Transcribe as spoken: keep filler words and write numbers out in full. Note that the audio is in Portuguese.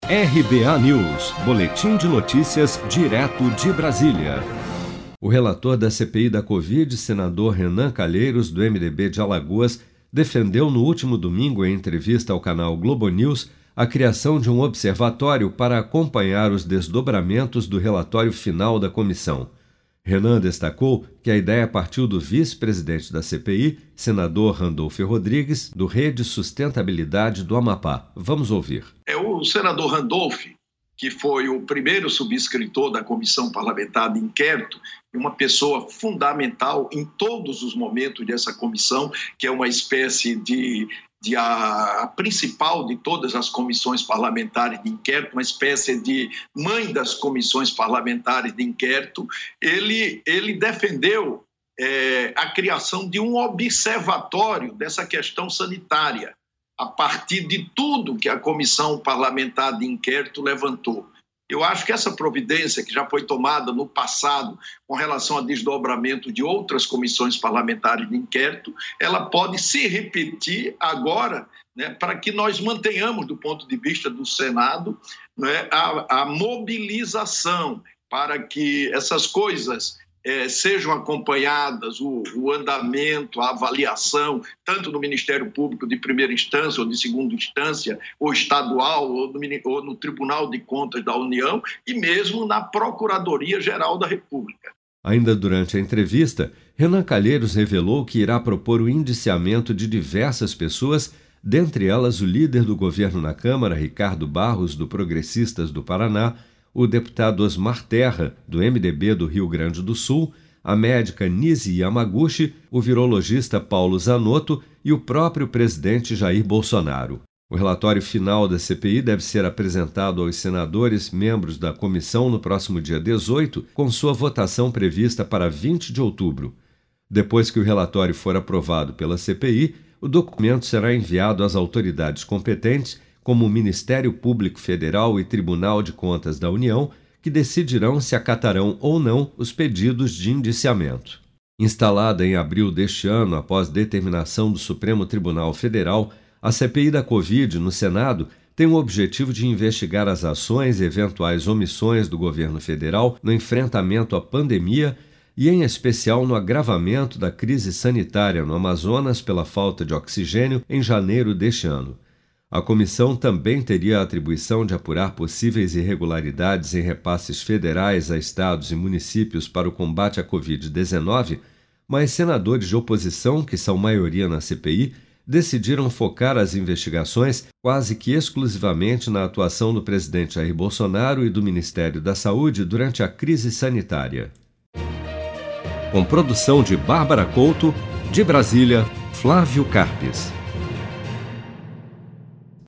R B A News, Boletim de Notícias, direto de Brasília. O relator da C P I da Covid, senador Renan Calheiros, do M D B de Alagoas, defendeu no último domingo, em entrevista ao canal Globo News, a criação de um observatório para acompanhar os desdobramentos do relatório final da comissão. Renan destacou que a ideia partiu do vice-presidente da C P I, senador Randolfo Rodrigues, do Rede Sustentabilidade do Amapá. Vamos ouvir. É o senador Randolfo, que foi o primeiro subscritor da Comissão Parlamentar de Inquérito, e uma pessoa fundamental em todos os momentos dessa comissão, que é uma espécie de, de a, a principal de todas as comissões parlamentares de inquérito, uma espécie de mãe das comissões parlamentares de inquérito. Ele, ele defendeu é, a criação de um observatório dessa questão sanitária, a partir de tudo que a Comissão Parlamentar de Inquérito levantou. Eu acho que essa providência que já foi tomada no passado com relação a desdobramento de outras comissões parlamentares de inquérito, ela pode se repetir agora, né, para que nós mantenhamos, do ponto de vista do Senado, né, a, a mobilização para que essas coisas É, sejam acompanhadas, o, o andamento, a avaliação, tanto no Ministério Público de primeira instância ou de segunda instância, ou estadual, ou no, ou no Tribunal de Contas da União, e mesmo na Procuradoria-Geral da República. Ainda durante a entrevista, Renan Calheiros revelou que irá propor o indiciamento de diversas pessoas, dentre elas o líder do governo na Câmara, Ricardo Barros, do Progressistas do Paraná, o deputado Osmar Terra, do M D B do Rio Grande do Sul, a médica Nise Yamaguchi, o virologista Paulo Zanotto e o próprio presidente Jair Bolsonaro. O relatório final da C P I deve ser apresentado aos senadores membros da comissão no próximo dia dezoito, com sua votação prevista para vinte de outubro. Depois que o relatório for aprovado pela C P I, o documento será enviado às autoridades competentes, como o Ministério Público Federal e Tribunal de Contas da União, que decidirão se acatarão ou não os pedidos de indiciamento. Instalada em abril deste ano, após determinação do Supremo Tribunal Federal, a C P I da Covid no Senado tem o objetivo de investigar as ações e eventuais omissões do governo federal no enfrentamento à pandemia e, em especial, no agravamento da crise sanitária no Amazonas pela falta de oxigênio em janeiro deste ano. A comissão também teria a atribuição de apurar possíveis irregularidades em repasses federais a estados e municípios para o combate à covid dezenove, mas senadores de oposição, que são maioria na C P I, decidiram focar as investigações quase que exclusivamente na atuação do presidente Jair Bolsonaro e do Ministério da Saúde durante a crise sanitária. Com produção de Bárbara Couto, de Brasília, Flávio Carpes.